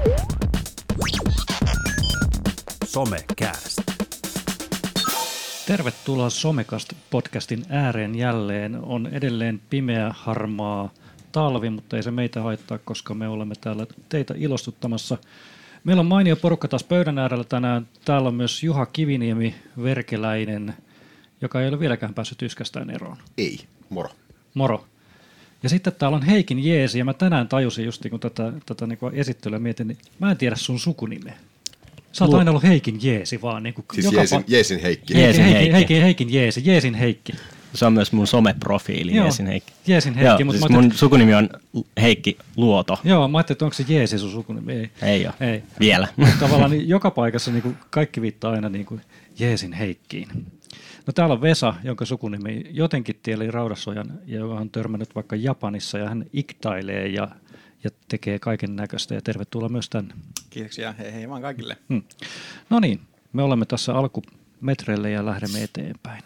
Somecast. Tervetuloa Somecast-podcastin ääreen jälleen. On edelleen pimeä, harmaa talvi, mutta ei se meitä haittaa, koska me olemme täällä teitä ilostuttamassa. Meillä on mainio porukka taas pöydän äärellä tänään. Täällä on myös Juha Kiviniemi, Verkeläinen, joka ei ole vieläkään päässyt yskästään eroon. Ei, moro. Moro. Ja sitten täällä on Heikin Jeesi, ja mä tänään tajusin just kun tätä niin esittelyä mietin, niin mä en tiedä sun sukunimeä. Sä oot aina ollut Heikin Jeesi vaan. Niin siis Jeesin Heikki. Heikin Jeesi, Jeesin Heikki. Se on myös mun someprofiili, Joo, Jeesin Heikki. Jeesin Heikki. Joo, siis mun sukunimi on Heikki Luoto. Joo, mä ajattelin, että onko se Jeesi sun sukunimi. Ei ole, vielä. Tavallaan niin joka paikassa niin kaikki viittaa aina niin kuin Jeesin Heikkiin. No täällä on Vesa, jonka sukunimi jotenkin tieli Raudasojan, ja joka on törmännyt vaikka Japanissa, ja hän iktailee ja tekee kaiken näköistä, ja tervetuloa myös tänne. Kiitoksia, hei vaan kaikille. No niin, me olemme tässä alkumetreille ja lähdemme eteenpäin.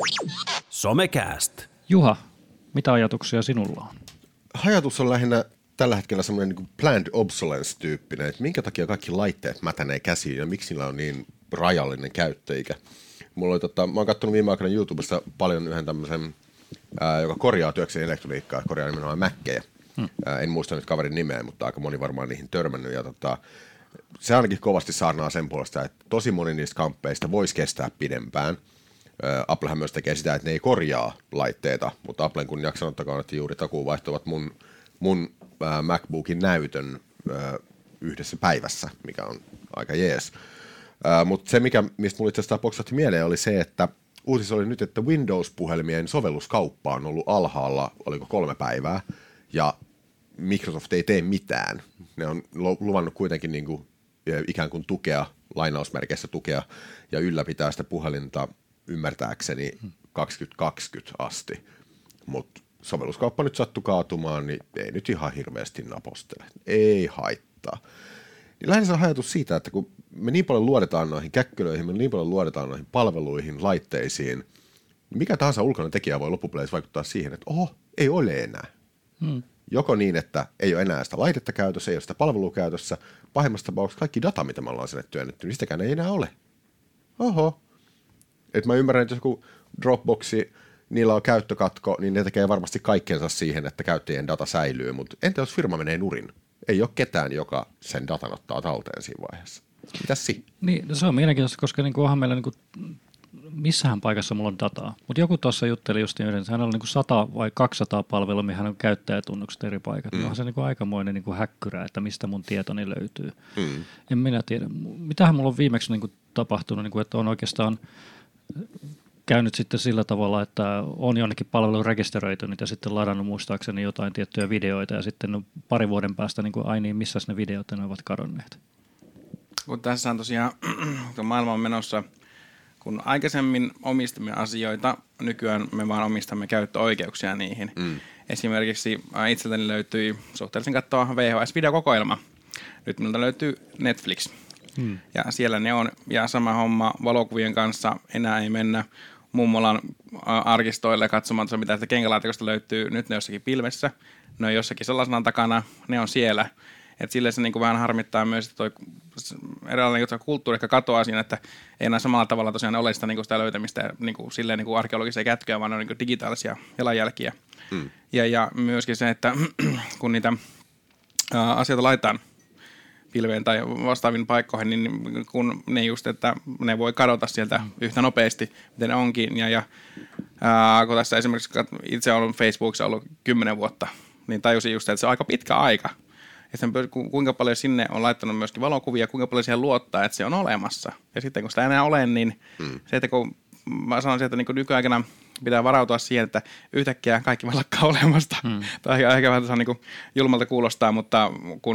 Somecast. Juha, mitä ajatuksia sinulla on? Ajatus on lähinnä tällä hetkellä semmoinen niin planned obsolescence-tyyppinen, että minkä takia kaikki laitteet mätänee käsiin ja miksi niillä on niin rajallinen käyttöikä. Mulla oli, mä oon katsonut viime aikoina YouTubesta paljon yhden tämmöisen, joka korjaa työkseen elektroniikkaa, korjaa nimenomaan Mäkkejä. En muista nyt kaverin nimeä, mutta aika moni varmaan niihin törmännyt. Ja se ainakin kovasti saarnaa sen puolesta, että tosi moni niistä kamppeista voisi kestää pidempään. Applehän myös tekee sitä, että ne ei korjaa laitteita, mutta Applen kun sanottakaan, että juuri takuun vaihtuvat mun MacBookin näytön yhdessä päivässä, mikä on aika jees. Mutta se, mistä mulle itse asiassa poksahti mieleen, oli se, että uutis oli nyt, että Windows-puhelimien sovelluskauppa on ollut alhaalla, oliko 3 päivää, ja Microsoft ei tee mitään. Ne on luvannut kuitenkin niin kuin ikään kuin tukea, lainausmerkeissä tukea, ja ylläpitää sitä puhelinta ymmärtääkseni 2020 asti. Mutta sovelluskauppa nyt sattui kaatumaan, niin ei nyt ihan hirveästi napostele. Ei haittaa. Niin lähinnä se on ajatus siitä, että kun me niin paljon luodetaan noihin käkkylöihin, me niin paljon luodetaan noihin palveluihin, laitteisiin, niin mikä tahansa ulkoinen tekijä voi loppupeleissä vaikuttaa siihen, että ei ole enää. Joko niin, että ei ole enää sitä laitetta käytössä, ei ole sitä palvelua käytössä, pahimmassa tapauksessa kaikki data, mitä me ollaan sinne työnnetty, niin sitäkään ei enää ole. Et mä ymmärrän, että jos joku Dropboxi, niillä on käyttökatko, niin ne tekee varmasti kaikkensa siihen, että käyttäjien data säilyy, mutta entä jos firma menee nurin? Ei ole ketään, joka sen datan ottaa talteen siinä vaiheessa. Mitäs si? Niin, se on mielenkiintoista, koska onhan meillä missähän paikassa mulla on dataa. Mutta joku tuossa jutteli just yhdessä, hänellä on 100 vai 200 palvelua, mihin hän on käyttäjätunnukset eri paikat. Onhan se aikamoinen häkkyrä, että mistä mun tietoni löytyy. En minä tiedä. Mitähän mulla on viimeksi tapahtunut, että on oikeastaan käynyt sitten sillä tavalla, että on jonnekin palvelu rekisteröitynyt ja sitten ladannut muistaakseni jotain tiettyjä videoita ja sitten pari vuoden päästä ai niin, missä ne videot ne ovat kadonneet. Kun tässä on tosiaan, kun maailma on menossa, kun aikaisemmin omistamme asioita, nykyään me vaan omistamme käyttöoikeuksia niihin. Esimerkiksi itseltäni löytyi suhteellisen katsoa VHS-videokokoelma. Nyt minulta löytyy Netflix. Ja siellä ne on. Ja sama homma valokuvien kanssa. Enää ei mennä mummolan arkistoille katsomaan, mitä sitä kenkälaatikosta löytyy. Nyt ne jossakin pilvessä. Ne on jossakin sellaisena takana. Ne on siellä. Että sille se vähän harmittaa myös, että toi erilainen kulttuuri ehkä katoaa siinä, että ei enää samalla tavalla tosiaan ole sitä löytämistä silleen arkeologisia kätköjä, vaan ne on digitaalisia jalanjälkiä. Ja myöskin se, että kun niitä asioita laitetaan pilveen tai vastaaviin paikkoihin, niin kun ne just, että ne voi kadota sieltä yhtä nopeasti, miten ne onkin. Ja kun tässä esimerkiksi itse olen Facebookissa ollut 10 vuotta, niin tajusin just, että se on aika pitkä aika. Ja kuinka paljon sinne on laittanut myöskin valokuvia, kuinka paljon siihen luottaa, että se on olemassa. Ja sitten kun sitä enää ole, niin se, että kun mä sanoisin, että niin nykyaikana pitää varautua siihen, että yhtäkkiä kaikki vaan lakkaa olemasta. Tai ehkä vähän niin julmalta kuulostaa, mutta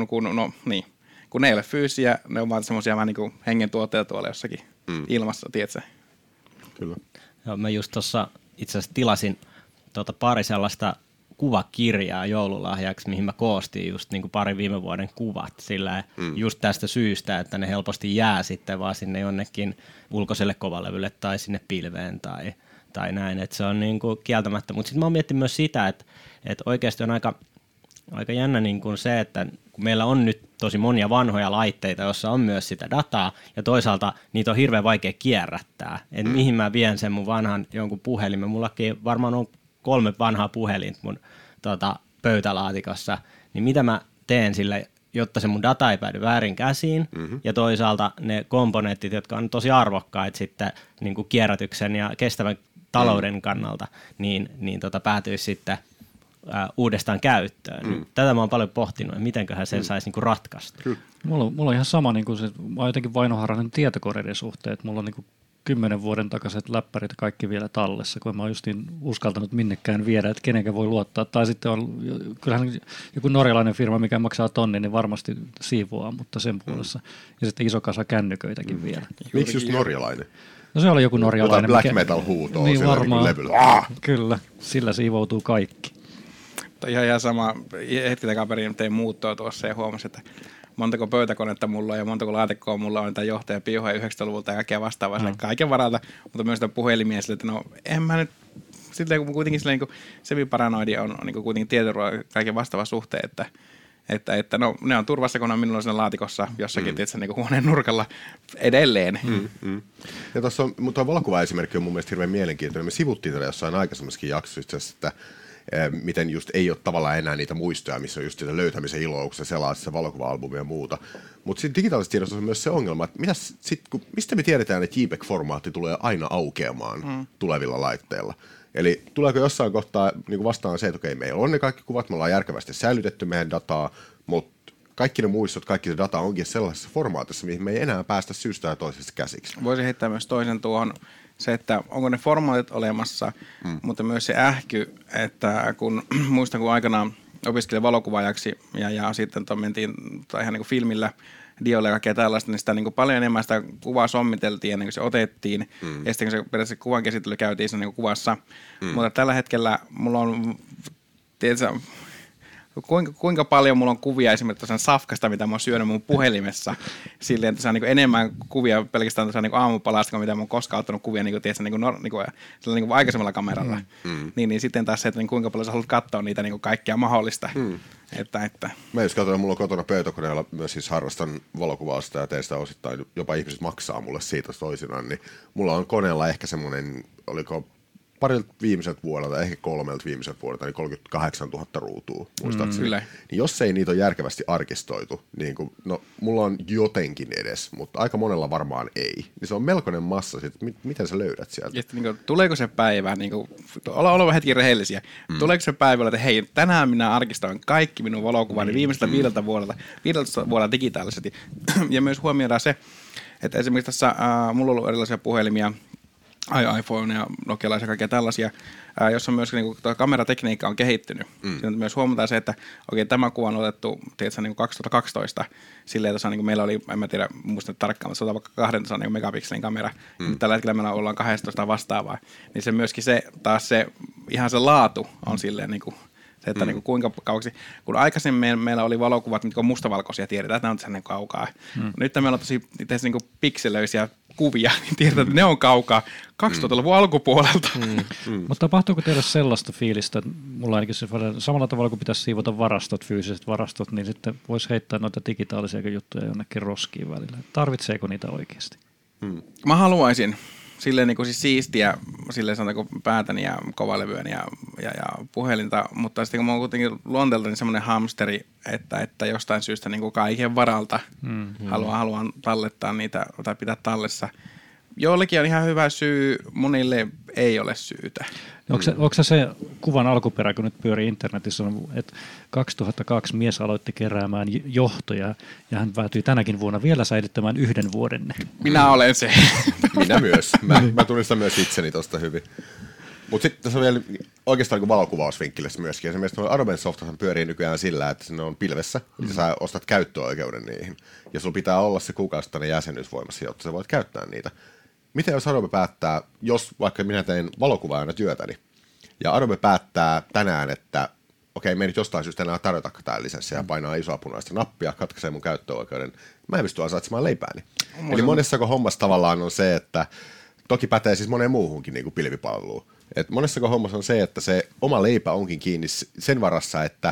kun ne ei ole fyysisiä, ne on vaan semmoisia vähän niin kuin hengen tuotteita tuolla jossakin ilmassa, tiedätkö? Kyllä. Joo, mä just tuossa itse asiassa tilasin pari sellaista kuvakirjaa joululahjaksi, mihin mä koostin just niin kuin pari viime vuoden kuvat sillä just tästä syystä, että ne helposti jää sitten vaan sinne jonnekin ulkoiselle kovalevylle tai sinne pilveen tai näin, että se on niin kuin kieltämättä. Mutta sitten mä oon miettinyt myös sitä, että oikeasti on aika jännä niin kuin se, että kun meillä on nyt tosi monia vanhoja laitteita, joissa on myös sitä dataa, ja toisaalta niitä on hirveän vaikea kierrättää. Että mihin mä vien sen mun vanhan jonkun puhelimen. Mullakin varmaan on 3 vanhaa puhelinta mun pöytälaatikossa. Niin mitä mä teen sille, jotta se mun data ei päädy väärin käsiin, ja toisaalta ne komponentit, jotka on tosi arvokkaita sitten niin kuin kierrätyksen ja kestävän talouden kannalta, niin päätyisi sitten uudestaan käyttöön. Tätä mä oon paljon pohtinut, että mitenköhän sen saisi niinku ratkaista. Mulla on ihan sama, niinku se, mä oon jotenkin vainoharhainen tietokoneiden suhteen, että mulla on niinku 10 vuoden takaiset läppärit kaikki vielä tallessa, kun mä oon justiin uskaltanut minnekään viedä, että kenenkä voi luottaa. Tai sitten on, kyllähän joku norjalainen firma, mikä maksaa tonnin, niin varmasti siivoaa, mutta sen puolessa. Ja sitten iso kasa kännyköitäkin vielä. Miksi just norjalainen? No se oli joku norjalainen. Black metal huutoa niin sillä varmaan, levyllä. Kyllä, sillä siivoutuu kaikki. Ihan sama, hetki takaperin tein muuttoa tuossa ja huomasin, että montako pöytäkonetta mulla on ja montako laatikkoa mulla on, tai johtaja piuhoja 90-luvulta ja kaikkea vastaavaa kaiken varalta, mutta myös sitä puhelimia sille, että no en mä nyt, silleen kun kuitenkin silleen niin semiparanoidi on niin kuitenkin tietoturva kaiken vastaava suhteen, että no ne on turvassa, kun on minulla siinä laatikossa jossakin tietysti niin huoneen nurkalla edelleen. Ja tuossa on, mutta valokuva-esimerkki on mun mielestä hirveän mielenkiintoinen. Me sivuttiin tätä jossain aikaisemmassakin jaksossa, että miten just ei ole tavallaan enää niitä muistoja, missä on just sitä löytämisen iloa, kun se selaa se valokuva-albumia ja muuta. Mutta sitten digitaalisessa tiedossa on myös se ongelma, että mistä me tiedetään, että JPEG-formaatti tulee aina aukeamaan tulevilla laitteilla. Eli tuleeko jossain kohtaa niin vastaan se, että okei, meillä on ne kaikki kuvat, me ollaan järkevästi säilytetty meidän dataa, mutta kaikki ne muistot, kaikki se data onkin sellaisessa formaatissa, mihin me ei enää päästä syystä ja toisesta käsiksi. Voisin heittää myös toisen tuohon se, että onko ne formaatit olemassa, mutta myös se ähky, että muistan kun aikanaan opiskelin valokuvaajaksi ja sitten mentiin ihan niin kuin filmillä, diolle ja kaikkea tällaista, niin sitä niin kuin paljon enemmän sitä kuvaa sommiteltiin ennen kuin se otettiin. Ja sitten kun se periaatteessa kuvan käsittely käytiin siinä niin kuin kuvassa. Mutta tällä hetkellä mulla on, tiedätkö, kuinka paljon mulla on kuvia esimerkiksi sen safkasta, mitä mä oon syönyt mun puhelimessa. Silleen, että se on niin enemmän kuvia pelkästään niin aamupalasta, kuin mitä mä oon koskaan ottanut kuvia niin aikaisemmalla kameralla. Niin sitten taas se, että niin kuinka paljon sä haluat katsoa niitä niin kaikkea mahdollista. Että. Mä jos katson, mulla on kotona pöytäkoneella myös siis harrastan valokuvausta ja teistä osittain jopa ihmiset maksaa mulle siitä toisinaan, niin mulla on koneella ehkä semmoinen, oliko parilta viimeiseltä vuodelta, ehkä 3 viimeiseltä vuodelta, niin 38 000 ruutua, muistaakseni. Niin jos ei niitä ole järkevästi arkistoitu, niin kuin, no mulla on jotenkin edes, mutta aika monella varmaan ei, niin se on melkoinen massa, miten sä löydät sieltä. Ja niin kuin, tuleeko se päivä, niin kuin, ollaan hetki rehellisiä, tuleeko se päivä, että hei, tänään minä arkistoin kaikki minun valokuvani viimeiseltä 15 vuodelta digitaalisesti. Ja myös huomioidaan se, että esimerkiksi tässä mulla on ollut erilaisia puhelimia, iPhone ja nokialaisia ja kaikkia tällaisia, jossa myös niin kameratekniikka on kehittynyt. Siinä myös huomataan se, että okei, tämä kuva on otettu tiedätkö, niin 2012 silleen, että niin meillä oli, en mä tiedä, muista tarkkaan, mutta se on vaikka 200 niin megapikselin kamera. Tällä hetkellä meillä ollaan 12 vastaavaa. Niin se myöskin se, taas se, ihan se laatu on silleen niin kuin, se, että niin kuin kuinka kauaksi, kun aikaisemmin meillä oli valokuvat, mitkä on mustavalkoisia, tiedetään, että ne on sen kaukaa. Nyt meillä on tosi niin kuin pikselöisiä kuvia, niin tiedetään, että ne on kaukaa 2000-luvun alkupuolelta. Mutta tapahtuuko teille sellaista fiilistä, että mulla ainakin se samalla tavalla kuin pitäisi siivota varastot, fyysiset varastot, niin sitten voisi heittää noita digitaalisia juttuja jonnekin roskiin välillä. Tarvitseeko niitä oikeasti? Mä haluaisin silleen niin kuin siis siistiä, silleen sanotaanko päätäni ja kovalevyäni ja puhelinta, mutta sitten kun mä oon kuitenkin luonteelta niin semmoinen hamsteri, että jostain syystä niin kuin kaiken varalta haluan tallettaa niitä tai pitää tallessa. Joillekin on ihan hyvä syy, monille ei ole syytä. Onko se kuvan alkuperä, kun nyt pyörii internetissä, että 2002 mies aloitti keräämään johtoja ja hän päätyi tänäkin vuonna vielä säilyttämään 1 vuoden? Minä olen se. Minä myös. Mä tunnistan myös itseni tosta hyvin. Mutta sitten tässä on vielä oikeastaan niin valokuvausvinkkelistä myöskin. Esimerkiksi Adobe Softhan pyörii nykyään sillä, että ne on pilvessä ja sä ostat käyttöoikeuden niihin. Ja sulla pitää olla se kuukausittainen jäsenyys voimassa, jotta sä voit käyttää niitä. Miten jos Adobe päättää, jos vaikka minä teen valokuvaajana työtäni, ja Adobe päättää tänään, että okei, me ei nyt jostain syystä enää tarjotakaan tämä lisenssiä ja painaa isoa punaista nappia, katkaisee mun käyttöoikeuden, mä en pysty ansaitsemaan leipääni. Eli monessako hommassa tavallaan on se, että toki pätee siis moneen muuhunkin niin kuin pilvipalveluun. Et monessako hommassa on se, että se oma leipä onkin kiinni sen varassa, että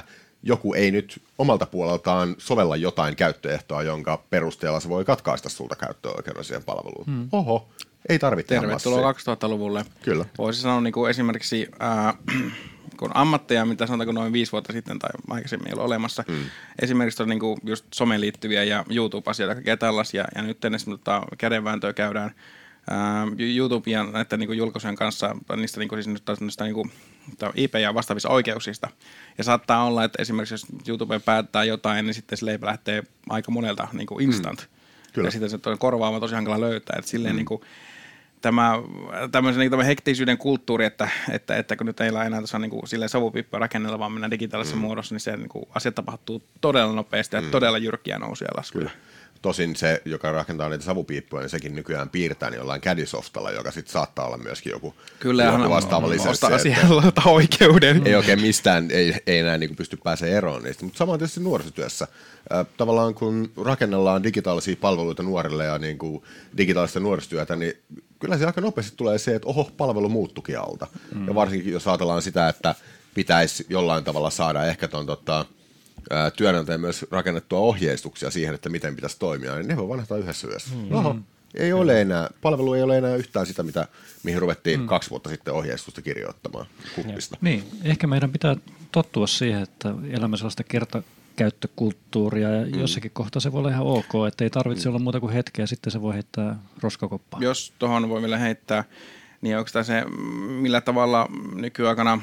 joku ei nyt omalta puoleltaan sovella jotain käyttöehtoa, jonka perusteella se voi katkaista sulta käyttöoikeuden siihen palveluun. Oho, ei tarvitse. Tervetuloa 2000-luvulle. Kyllä. Voisi sanoa niin kuin esimerkiksi, kun ammatteja, mitä sanotaanko noin 5 vuotta sitten tai aikaisemmin ei ole olemassa, esimerkiksi on niin kuin just someen liittyviä ja YouTube-asioita, kaikkea tällaisia, ja nyt esimerkiksi kädenvääntöä käydään YouTube ja näiden niin kuin julkaisujen kanssa niistä, niin kuin, siis niistä niin kuin, IP- ja vastaavista oikeuksista. Ja saattaa olla, että esimerkiksi jos YouTube päättää jotain, niin sitten se leipä lähtee aika monelta niin kuin instant. Kyllä. Ja sitten se on korvaava tosi hankala löytää. Että silleen niin kuin, tämmöisen niin hektisyyden kulttuuri, että kun nyt ei ole enää tuossa niin savupiippuja rakennella, vaan mennään digitaalisessa muodossa, niin se niin kuin, asiat tapahtuu todella nopeasti ja todella jyrkkiä nousuja ja laskuja. Tosin se, joka rakentaa niitä savupiippuja, niin sekin nykyään piirtää niin jollain Caddy-softalla, joka sitten saattaa olla myöskin joku vastaava lisenssi. Ostaa siellä oikeuden. Ei oikein mistään, ei enää niin pysty pääsemään eroon niistä. Mutta samoin tietysti nuorisotyössä. Tavallaan kun rakennellaan digitaalisia palveluita nuorille ja niin kuin digitaalista nuorisotyötä, niin kyllä se aika nopeasti tulee se, että oho, palvelu muuttukin alta. Ja varsinkin jos ajatellaan sitä, että pitäisi jollain tavalla saada ehkä työnantaja myös rakennettua ohjeistuksia siihen, että miten pitäisi toimia, niin ne voi vanhata yhdessä yössä. Ei ole enää, palvelu ei ole enää yhtään sitä, mihin ruvettiin 2 vuotta sitten ohjeistusta kirjoittamaan kuppista. Niin, ehkä meidän pitää tottua siihen, että elämme sellaista kertakäyttökulttuuria ja jossakin kohtaa se voi olla ihan ok, että ei tarvitse olla muuta kuin hetkeä, sitten se voi heittää roskakoppaan. Jos tuohon voi vielä heittää, niin onko tämä se, millä tavalla nykyaikana,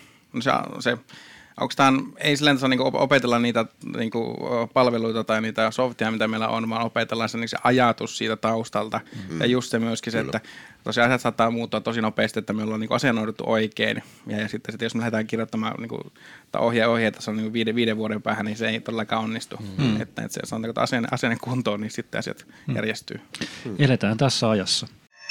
onko tämä, ei silleen tässä niinku opetella niitä niinku palveluita tai niitä softia, mitä meillä on, vaan opetellaan se ajatus siitä taustalta. Ja just se myöskin se, että tosiaan asiat saattaa muuttua tosi nopeasti, että me ollaan niinku asennoiduttu oikein. Ja sitten jos me lähdetään kirjoittamaan niinku, ohjeita se on niinku 5 vuoden päähän, niin se ei todellakaan onnistu. Että se sanotaan, että asenne kuntoon, niin sitten asiat järjestyy. Eletään tässä ajassa.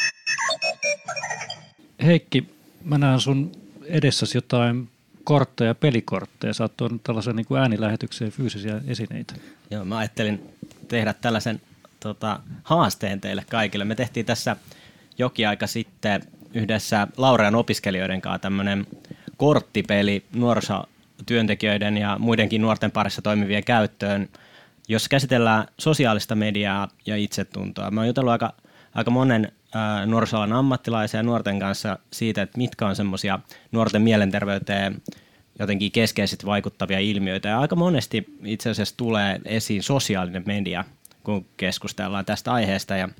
Heikki, mä näen sun edessäsi jotain kortteja, pelikortteja. Sä oot tuonut tällaisen niin kuin äänilähetykseen fyysisiä esineitä. Joo, mä ajattelin tehdä tällaisen haasteen teille kaikille. Me tehtiin tässä jokin aika sitten yhdessä Laurean opiskelijoiden kanssa tämmöinen korttipeli nuorisotyöntekijöiden ja muidenkin nuorten parissa toimivien käyttöön, jossa käsitellään sosiaalista mediaa ja itsetuntoa. Mä oon jutellut aika monen nuorisoalan ammattilaisen ja nuorten kanssa siitä, että mitkä on semmoisia nuorten mielenterveyteen jotenkin keskeisesti vaikuttavia ilmiöitä. Ja aika monesti itse asiassa tulee esiin sosiaalinen media, kun keskustellaan tästä aiheesta. Ja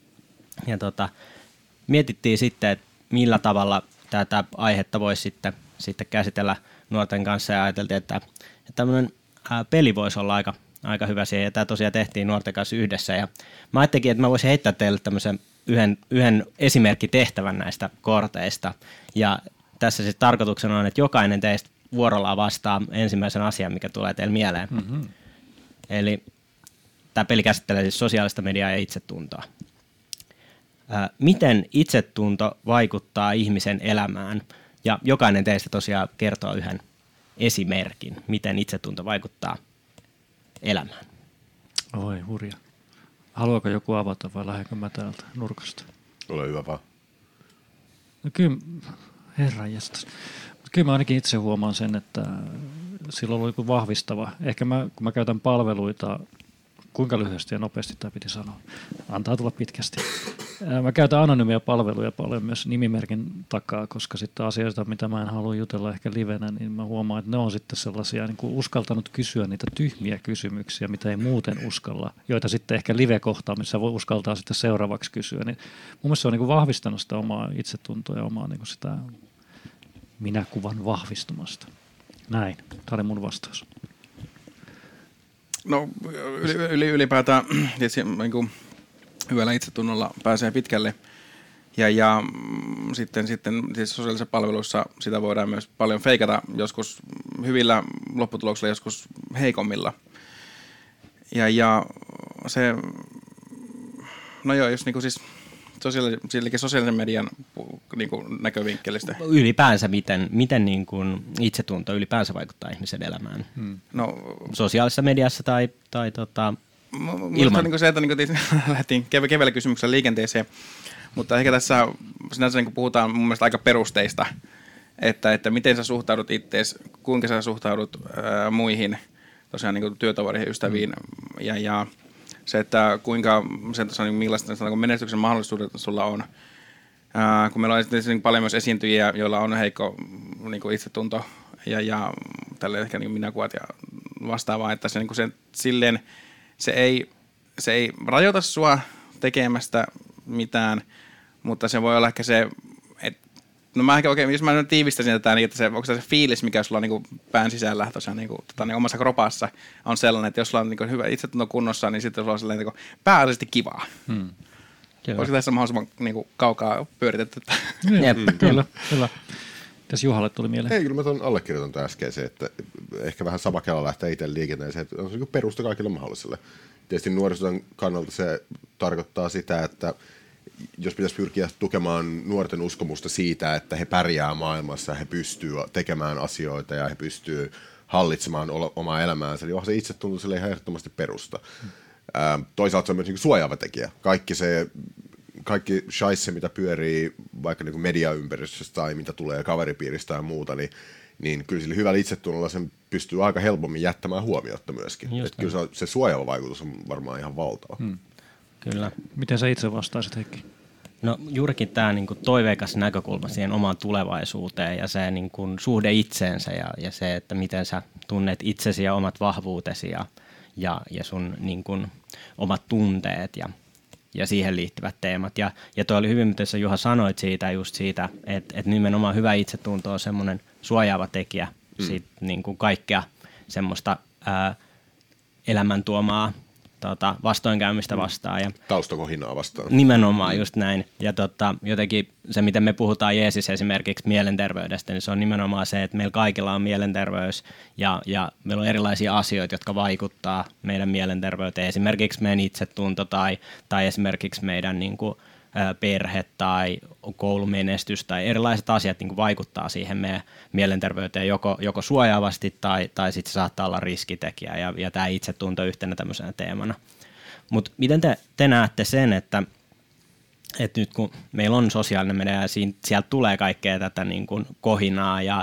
mietittiin sitten, että millä tavalla tätä aihetta voisi sitten käsitellä nuorten kanssa ja ajateltiin, että tämmöinen peli voisi olla aika hyvä siihen. Ja tämä tosiaan tehtiin nuorten kanssa yhdessä. Ja mä ajattelin, että mä voisin heittää teille tämmöisen yhden esimerkkitehtävän näistä korteista. Ja tässä siis tarkoituksena on, että jokainen teistä vuorollaan vastaa ensimmäisen asian, mikä tulee teille mieleen. Eli tämä peli käsittelee siis sosiaalista mediaa ja itsetuntoa. Miten itsetunto vaikuttaa ihmisen elämään? Ja jokainen teistä tosiaan kertoo yhden esimerkin, miten itsetunto vaikuttaa elämään. Oi, hurja. Haluaako joku avata vai lähdenkö mä täältä nurkasta? Ole hyvä vaan. No kyllä, herranjestas. Kyllä mä ainakin itse huomaan sen, että silloin oli vahvistava. Ehkä kun mä käytän palveluita, kuinka lyhyesti ja nopeasti tämä piti sanoa? Antaa tulla pitkästi. Mä käytän anonymia palveluja paljon myös nimimerkin takaa, koska sitten asioita, mitä mä en halua jutella ehkä livenä, niin mä huomaan, että ne on sitten sellaisia niin kuin uskaltanut kysyä niitä tyhmiä kysymyksiä, mitä ei muuten uskalla, joita sitten ehkä live-kohtaamissa voi uskaltaa sitten seuraavaksi kysyä. Niin mun mielestä se on niin kuin vahvistanut sitä omaa itsetuntoa ja omaa niin kuin sitä minäkuvan vahvistumasta. Näin. Tämä oli mun vastaus. No ylipäätään tietysti niin kuin hyvällä itsetunnolla pääsee pitkälle. Ja sitten siis sosiaalisissa palveluissa sitä voidaan myös paljon feikata, joskus hyvillä lopputuloksilla, joskus heikommilla. Ja se, no joo, jos niinku siis sosiaalisen median niinku näkövinkkelistä. Ylipäänsä miten niin kuin itsetunto ylipäänsä vaikuttaa ihmisen elämään? No, sosiaalisessa mediassa tai ilman? Niin se, että niin lähdettiin kevyellä kysymyksellä liikenteeseen, mutta ehkä tässä sinänsä niin puhutaan mun mielestä aika perusteista, että miten sä suhtaudut ittees, kuinka sä suhtaudut muihin tosiaan niin kuin työtoveriin, ystäviin ja se, että kuinka se tosiaan, millaista menestyksen mahdollisuudet sulla on. Kun meillä on niin paljon myös esiintyjiä, joilla on heikko niin kuin itsetunto ja tälleen ehkä niin minäkuvat ja vastaavaa, että se, niin kuin silleen se ei rajoita sua tekemästä mitään, mutta se voi olla ehkä se, että no mä ehkä jos mä tiivistäisin tätä niin, että se, onko se fiilis, mikä sulla on niin kuin pään sisällä tosiaan niin kuin, niin omassa kropassa, on sellainen, että jos sulla on niin kuin hyvä itsetunto kunnossa, niin sitten sulla on sellainen niin kuin pääasiallisesti kivaa. Olisiko tässä mahdollisimman niin kuin kaukaa pyöritetty? Kyllä. Tässä Juhalle tuli mieleen. Ei, kyllä mä tuon allekirjoitan tämän äskeisen, että ehkä vähän sama kela lähtee itse liikenteeseen, että on se perusta kaikille mahdolliselle. Tietysti nuorisotyön kannalta se tarkoittaa sitä, että jos pitäisi pyrkiä tukemaan nuorten uskomusta siitä, että he pärjää maailmassa, he pystyy tekemään asioita ja he pystyy hallitsemaan omaa elämäänsä, niin onhan se itsetunto sille ihan ehdottomasti perusta. Toisaalta se on myös niin kuin suojaava tekijä. Kaikki shaisse, mitä pyörii vaikka niin kuin mediaympäristössä tai mitä tulee kaveripiiristä ja muuta, niin kyllä sillä hyvällä itsetunnolla sen pystyy aika helpommin jättämään huomiotta myöskin. Kyllä se suojaava vaikutus on varmaan ihan valtava. Kyllä. Miten sä itse vastaisit, Heikki? No juurikin tämä niinku toiveikas näkökulma siihen omaan tulevaisuuteen ja se niinku suhde itseensä ja se, että miten sä tunnet itsesi ja omat vahvuutesi ja sun niinku omat tunteet ja siihen liittyvät teemat. Ja toi oli hyvin, mitä sä Juha sanoit siitä, että nimenomaan hyvä itsetunto on semmoinen suojaava tekijä siitä niinku kaikkea semmoista elämän tuomaa vastoinkäymistä vastaan. Ja taustakohinaa vastaan. Nimenomaan, just näin. Ja jotenkin se, miten me puhutaan Jeesissä esimerkiksi mielenterveydestä, niin se on nimenomaan se, että meillä kaikilla on mielenterveys ja meillä on erilaisia asioita, jotka vaikuttaa meidän mielenterveyteen. Esimerkiksi meidän itsetunto tai esimerkiksi meidän niin kuin, perhe tai koulumenestys tai erilaiset asiat niin kuin vaikuttaa siihen meidän mielenterveyteen joko suojaavasti tai sitten se saattaa olla riskitekijä ja tämä itsetunto yhtenä tämmöisenä teemana. Mutta miten te näette sen, että nyt kun meillä on sosiaalinen media ja sieltä tulee kaikkea tätä niin kuin kohinaa ja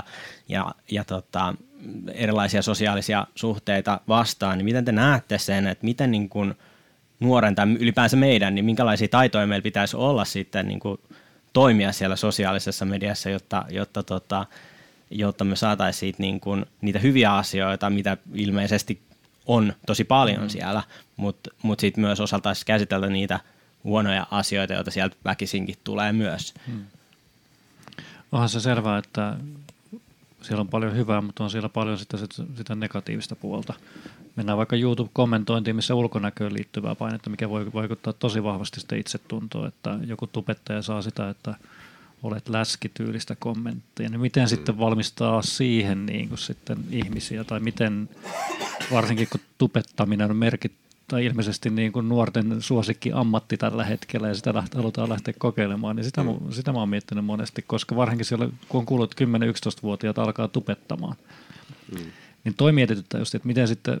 erilaisia sosiaalisia suhteita vastaan, niin miten te näette sen, että miten niin kuin nuoren tai ylipäänsä meidän, niin minkälaisia taitoja meillä pitäisi olla sitten niin kuin toimia siellä sosiaalisessa mediassa, jotta me saataisiin siitä niin kuin niitä hyviä asioita, mitä ilmeisesti on tosi paljon siellä, mutta sitten myös osaltaisiin käsitellä niitä huonoja asioita, joita sieltä väkisinkin tulee myös. Onhan se selvää, että siellä on paljon hyvää, mutta on siellä paljon sitä negatiivista puolta. Mennään vaikka YouTube-kommentointiin, missä ulkonäköön liittyvää painetta, mikä voi vaikuttaa tosi vahvasti sitä itsetuntoa, että joku tubettaja saa sitä, että olet läskityylistä kommenttia. Niin miten sitten valmistaa siihen niin kuin sitten ihmisiä, tai miten, varsinkin kun tubettaminen on tai ilmeisesti niin kuin nuorten suosikki ammatti tällä hetkellä, ja sitä halutaan lähteä kokeilemaan, niin sitä mä oon miettinyt monesti, koska varsinkin siellä, kun on kuullut 10-11-vuotiaat alkaa tubettamaan, niin toi mietityttää just, että miten sitten,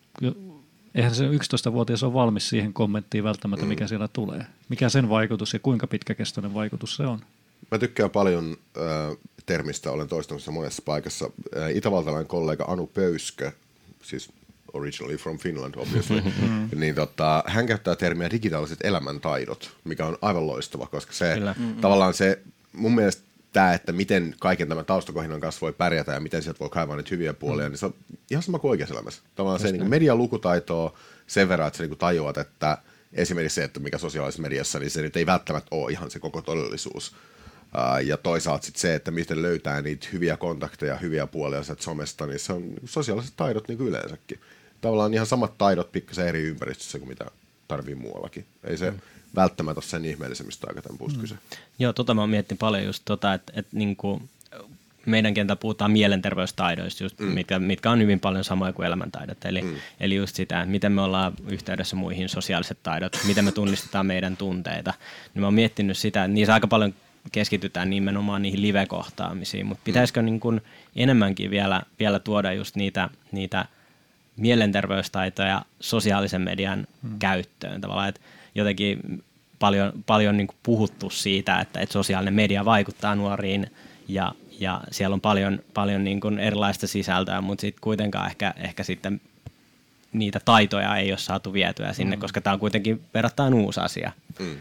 eihän se 11-vuotias ole valmis siihen kommenttiin välttämättä, mikä siellä tulee. Mikä sen vaikutus ja kuinka pitkäkestoinen vaikutus se on? Mä tykkään paljon termistä, olen toistanut sitä monessa paikassa. Itävaltalainen kollega Anu Pöyskö, siis originally from Finland, obviously, niin hän käyttää termiä digitaaliset elämäntaidot, mikä on aivan loistava, koska se tavallaan se, mun mielestä tämä, että miten kaiken tämän taustakohinnan kanssa voi pärjätä ja miten sieltä voi kaivaa niitä hyviä puolia, niin se on ihan sama kuin oikeassa elämässä. Tavallaan se niin median lukutaitoa sen verran, että sä niin tajuat, että esimerkiksi se, että mikä sosiaalisessa mediassa, niin se nyt ei välttämättä ole ihan se koko todellisuus. Ja toisaalta sitten se, että miten löytää niitä hyviä kontakteja, hyviä puolia sieltä somesta, niin se on sosiaaliset taidot niin kuin yleensäkin. Tavallaan ihan samat taidot pikkasen eri ympäristössä kuin mitä tarvii muuallakin. Ei se välttämättä ole sen ihmeellisemmistä aikatempuista kyse. Joo, mä oon miettinyt paljon just että niinku meidän kentällä puhutaan mielenterveystaidoista, just, mitkä on hyvin paljon samoja kuin elämäntaidot. Eli just sitä, että miten me ollaan yhteydessä muihin, sosiaaliset taidot, miten me tunnistetaan meidän tunteita. Niin mä oon miettinyt sitä, että niissä aika paljon keskitytään nimenomaan niihin live-kohtaamisiin, mutta pitäisikö niin kuin enemmänkin vielä tuoda just niitä mielenterveystaitoja sosiaalisen median käyttöön tavallaan, että jotenkin paljon niin kuin puhuttu siitä, että sosiaalinen media vaikuttaa nuoriin ja siellä on paljon niin kuin erilaista sisältöä, mutta sitten kuitenkaan ehkä sitten niitä taitoja ei ole saatu vietyä sinne, koska tämä on kuitenkin verrattain uusi asia.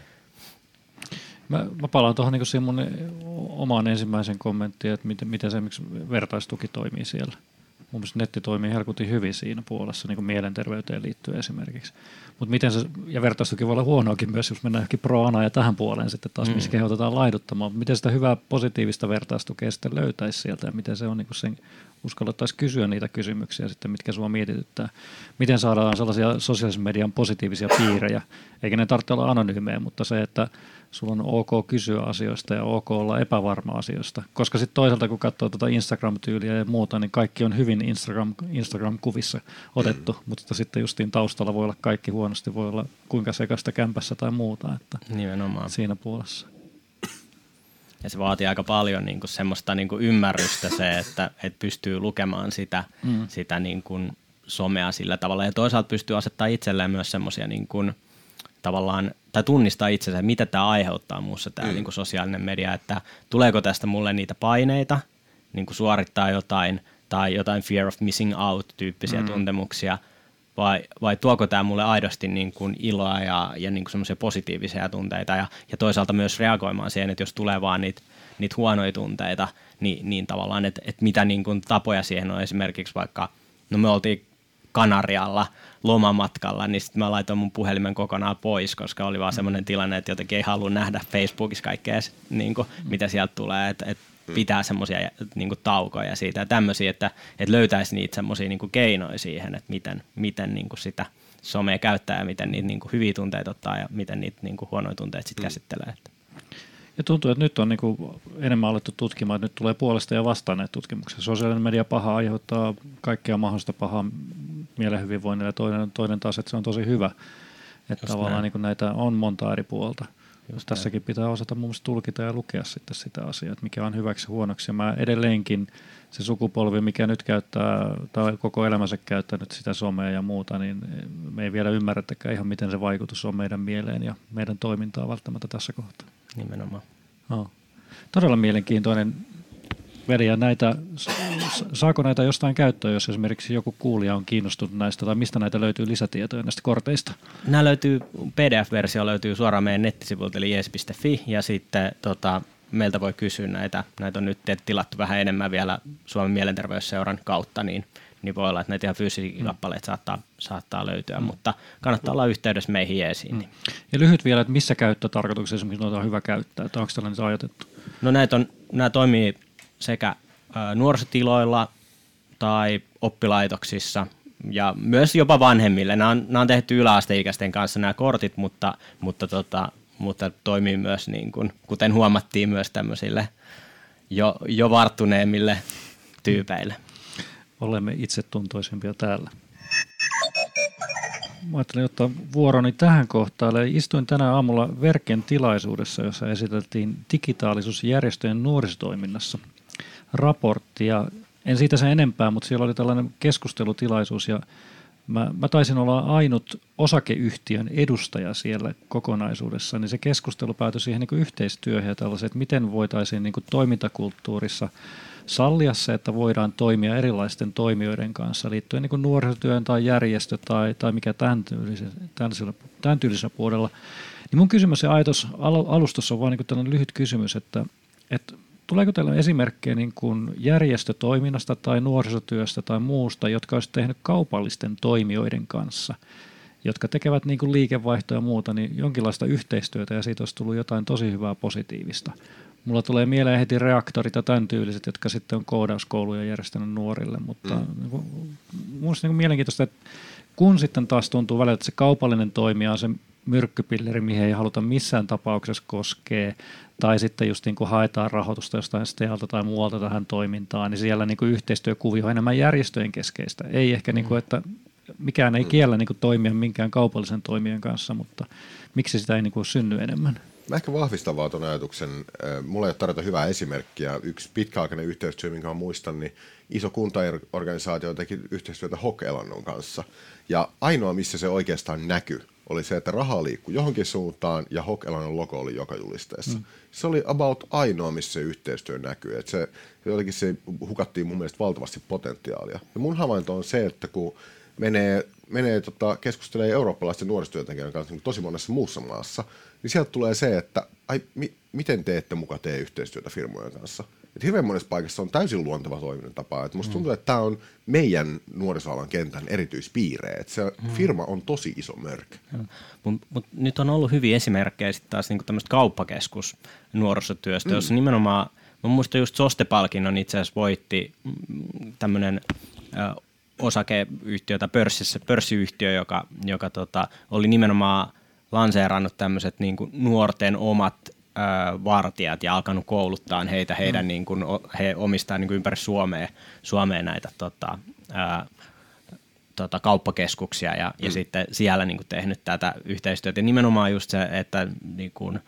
Mä palaan tuohon niin siihen mun omaan ensimmäisen kommenttiin, että miten se miksi vertaistuki toimii siellä. Mun mielestä netti toimii helkutin hyvin siinä puolessa, niin kuin mielenterveyteen liittyen esimerkiksi. Mutta miten se, ja vertaistuki voi olla huonoakin myös, jos mennään johonkin pro-anaan ja tähän puoleen sitten taas, missä kehotetaan laiduttamaan. Miten sitä hyvää positiivista vertaistukea sitten löytäisi sieltä ja miten se on, niin kuin sen uskallettaisiin kysyä niitä kysymyksiä sitten, mitkä sua mietityttää. Miten saadaan sellaisia sosiaalisen median positiivisia piirejä, eikä ne tarvitse olla anonyymejä, mutta se, että sulla on ok kysyä asioista ja ok olla epävarma asioista. Koska sitten toisaalta, kun katsoo tuota Instagram-tyyliä ja muuta, niin kaikki on hyvin Instagram-kuvissa otettu, mutta sitten justiin taustalla voi olla kaikki huonosti, voi olla kuinka sekasta kämpässä tai muuta. Että nimenomaan. Siinä puolessa. Ja se vaatii aika paljon niin kuin semmoista niin kuin ymmärrystä se, että pystyy lukemaan sitä niin kuin somea sillä tavalla. Ja toisaalta pystyy asettamaan itselleen myös semmoisia niin kuin tavallaan, tai tunnistaa itsensä, mitä tämä aiheuttaa muussa tämä niin kuin sosiaalinen media, että tuleeko tästä mulle niitä paineita, niin kuin suorittaa jotain, tai jotain fear of missing out-tyyppisiä tuntemuksia, vai tuoko tämä mulle aidosti niin kuin iloa ja niin kuin semmoisia positiivisia tunteita, ja toisaalta myös reagoimaan siihen, että jos tulee vaan niitä huonoja tunteita, niin tavallaan, että mitä niin kuin tapoja siihen on esimerkiksi vaikka, no me oltiin Kanarialla lomamatkalla, niin sitten mä laitoin mun puhelimen kokonaan pois, koska oli vaan semmoinen tilanne, että jotenkin ei halua nähdä Facebookissa kaikkea, niin kuin, mitä sieltä tulee, että pitää semmoisia niin kuin taukoja siitä ja tämmöisiä, että löytäisi niitä semmoisia niin kuin keinoja siihen, että miten niin kuin sitä somea käyttää ja miten niitä niin kuin hyviä tunteita ottaa ja miten niitä niin kuin huonoja tunteita sitten käsittelee. Ja tuntuu, että nyt on niin kuin enemmän alettu tutkimaan, että nyt tulee puolesta ja vastaan näitä tutkimuksia. Sosiaalinen media paha aiheuttaa kaikkea mahdollista pahaa mielen hyvinvoinnille ja toinen taas, että se on tosi hyvä. Että tavallaan niin kuin näitä on monta eri puolta. Tässäkin pitää osata mun mielestä tulkita ja lukea sitten sitä asiaa, että mikä on hyväksi ja huonoksi. Ja mä edelleenkin se sukupolvi, mikä nyt käyttää tai koko elämänsä käyttänyt sitä somea ja muuta, niin me ei vielä ymmärrettäkään ihan miten se vaikutus on meidän mieleen ja meidän toimintaan välttämättä tässä kohtaa. Nimenomaan. No. Todella mielenkiintoinen veli. Ja saako näitä jostain käyttöön, jos esimerkiksi joku kuulija on kiinnostunut näistä, tai mistä näitä löytyy lisätietoja näistä korteista? Nämä löytyy, PDF-versio löytyy suoraan meidän nettisivulta, eli jees.fi, ja sitten meiltä voi kysyä näitä. Näitä on nyt tilattu vähän enemmän vielä Suomen mielenterveysseuran kautta, niin voi olla, että näitä ihan fyysisiä kappaleita saattaa löytyä, mutta kannattaa olla yhteydessä meihin jeesiin. Ja lyhyt vielä, että missä käyttötarkoituksessa esimerkiksi noita on hyvä käyttää, että onko tällainen ajatettu? No nämä toimii sekä nuorisotiloilla tai oppilaitoksissa ja myös jopa vanhemmille. Nämä on tehty yläasteikäisten kanssa nämä kortit, mutta toimii myös, niin kuin, kuten huomattiin, myös tämmöisille jo varttuneemmille tyypeille. Olemme itsetuntoisempia täällä. Mä ajattelin ottaa vuoroni tähän kohtaan. Eli istuin tänään aamulla Verken tilaisuudessa, jossa esiteltiin digitaalisuusjärjestöjen nuorisotoiminnassa raporttia. En siitä sen enempää, mutta siellä oli tällainen keskustelutilaisuus ja mä taisin olla ainut osakeyhtiön edustaja siellä kokonaisuudessa, niin se keskustelu päätyi siihen niin kuin yhteistyöhön ja tällaiseen, että miten voitaisiin niin kuin toimintakulttuurissa sallia se, että voidaan toimia erilaisten toimijoiden kanssa liittyen niin kuin nuorisotyön tai järjestö tai mikä tämän tyylisellä puolella. Niin mun kysymys ja ajatus alustossa on vain niin tällainen lyhyt kysymys, että tuleeko teillä esimerkkejä niin kuin järjestötoiminnasta tai nuorisotyöstä tai muusta, jotka olisivat tehnyt kaupallisten toimijoiden kanssa, jotka tekevät niin kuin liikevaihtoa ja muuta, niin jonkinlaista yhteistyötä ja siitä olisi tullut jotain tosi hyvää positiivista. Mulla tulee mieleen heti reaktorit ja tämän tyyliset, jotka sitten on koodauskouluja järjestänyt nuorille, mutta minusta niin mielenkiintoista, että kun sitten taas tuntuu välillä, että se kaupallinen toimija on se myrkkypilleri, mihin ei haluta missään tapauksessa koskea, tai sitten just niin kuin haetaan rahoitusta jostain STEAlta tai muualta tähän toimintaan, niin siellä niin kuin yhteistyökuvio on enemmän järjestöjen keskeistä. Ei ehkä, niin kuin, että mikään ei kiellä niin kuin toimia minkään kaupallisen toimijan kanssa, mutta miksi sitä ei niin kuin synny enemmän? Mä ehkä vahvistan vaan tuon ajatuksen. Mulla ei ole tarjota hyvää esimerkkiä. Yksi pitkäaikainen yhteistyö, minkä mä muistan, niin iso kuntaorganisaatio teki yhteistyötä Hok Elannon kanssa. Ja ainoa, missä se oikeastaan näkyi, oli se, että rahaa liikkui johonkin suuntaan ja Hok-Elonen logo oli joka julisteessa. Se oli about ainoa, missä se yhteistyö näkyy. Että se hukattiin mun mielestä valtavasti potentiaalia. Ja mun havainto on se, että kun menee keskustelemaan eurooppalaisten nuorisotyöntekijöiden kanssa niin tosi monessa muussa maassa, niin sieltä tulee se, että miten te ette muka tee yhteistyötä firmojen kanssa. Et hirveän monessa paikassa on täysin luonteva toiminnan tapa. Et musta tuntuu, että tämä on meidän nuorisoalan kentän erityispiirre. Et se firma on tosi iso mörkö. Mut nyt on ollut hyviä esimerkkejä sitten taas niinku tämmöistä kauppakeskus nuorisotyöstä, jossa nimenomaan, mä muistan just Soste-palkinnon itse asiassa voitti tämmöinen osakeyhtiö tai pörssiyhtiö, joka oli nimenomaan lanseerannut tämmöiset niinku nuorten omat vartijat ja alkanut kouluttaa heitä. He omistaa niin kuin ympäri Suomea näitä kauppakeskuksia ja sitten siellä niin kuin tehnyt tätä yhteistyötä. Ja nimenomaan just se, että niin kuin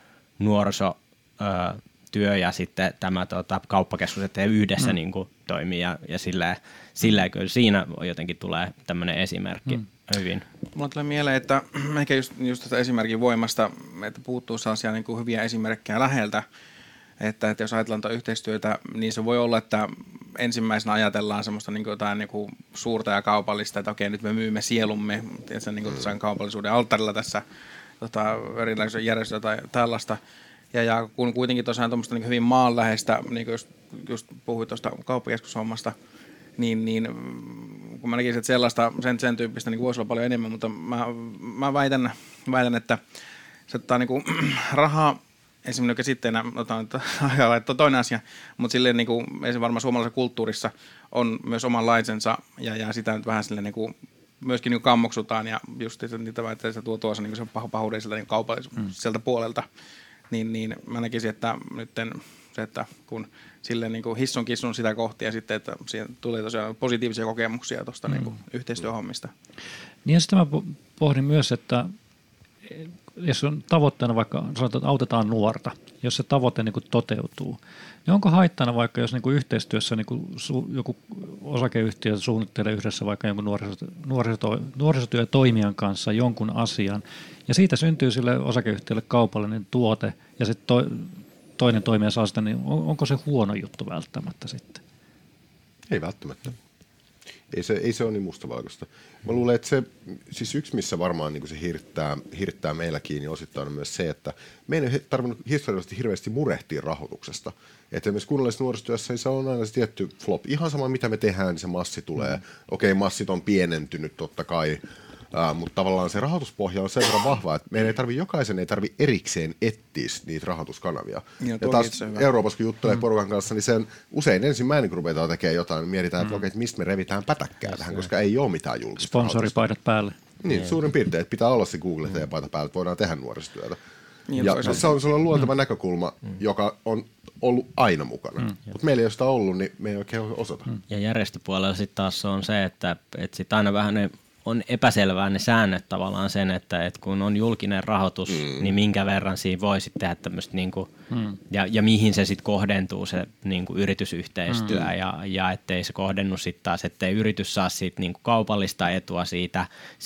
nuorisotyö ja sitten tämä kauppakeskus, että he yhdessä niin kuin toimii ja sillä kyllä siinä jotenkin tulee tämmöinen esimerkki hyvin. Mulla tulee mieleen, että ehkä just tästä esimerkin voimasta, että puuttuu sellaisia niin kuin hyviä esimerkkejä läheltä, että jos ajatellaan tuota yhteistyötä, niin se voi olla, että ensimmäisenä ajatellaan semmoista niin kuin jotain niin kuin suurta ja kaupallista, että okei, nyt me myymme sielumme niin kuin kaupallisuuden alttarilla tässä erilaisia järjestöjä tai tällaista. Ja kun kuitenkin tosiaan tuommoista niin hyvin maanläheistä, niin kuin just puhuit tuosta kauppakeskushommasta, niin kun mä näkisin, että sen tyyppistä niin voisi olla paljon enemmän, mutta mä väitän, että se ottaa niin kuin rahaa esimerkiksi käsitteenä, otan toinen asia, mutta silleen niin kuin, varmaan suomalaisessa kulttuurissa on myös omanlaisensa ja sitä nyt vähän silleen niin kuin, myöskin niin kuin kammoksutaan ja just niitä väittää, että se tuo tuossa niin se pahuuden sieltä niin kaupalliselta puolelta, niin mä näkisin, että nyt se, että kun silleen niin kuin hissun kissun sitä kohti ja sitten, että siihen tulee tosiaan positiivisia kokemuksia tuosta niin kuin yhteistyöhommista. Niin ja sitten mä pohdin myös, että jos on tavoitteena vaikka sanotaan, että autetaan nuorta, jos se tavoite niin kuin toteutuu, niin onko haittana vaikka, jos niin kuin yhteistyössä niin kuin joku osakeyhtiö suunnittelee yhdessä vaikka jonkun nuorisotyötoimijan kanssa jonkun asian, ja siitä syntyy sille osakeyhtiölle kaupallinen tuote, ja sitten toinen toimija saa sitä, niin onko se huono juttu välttämättä sitten? Ei välttämättä. Ei se ole niin mustavalkoista. Mä luulen, että se, siis yksi missä varmaan niin se hirttää meillä kiinni osittain on myös se, että meidän ei tarvinnut historiallisesti hirveästi murehtia rahoituksesta. Että esimerkiksi kunnallisessa nuorisotyössä se on aina se tietty flop. Ihan sama mitä me tehdään, niin se massi tulee. Okei, massit on pienentynyt totta kai, mutta tavallaan se rahoituspohja on sen verran vahva, että meidän jokaisen ei tarvitse erikseen etsiä niitä rahoituskanavia. Ja taas Euroopassa, kun juttelee porukan kanssa, niin sen usein ensimmäinen, kun ruvetaan tekemään jotain, mietitään, että okei, mistä me revitään pätäkkää tähän, koska ei ole mitään julkista sponsoripaidat päälle. Niin, suurin piirtein, että pitää olla se Google-paita päällä, että voidaan tehdä nuorisotyötä. Ja se on sellainen luonteva näkökulma, joka on ollut aina mukana. Mutta meillä ei ole sitä ollut, niin me ei oikein osata. Ja järjestöpuolella sitten taas on se, että sit aina vähän on epäselvää ne säännöt tavallaan sen, että kun on julkinen rahoitus, niin minkä verran siinä voi sitten tehdä tämmöistä niinku, ja mihin se sitten kohdentuu se niinku yritysyhteistyö ja ettei se kohdennu sitten taas, ettei yritys saa siitä niinku kaupallista etua siitä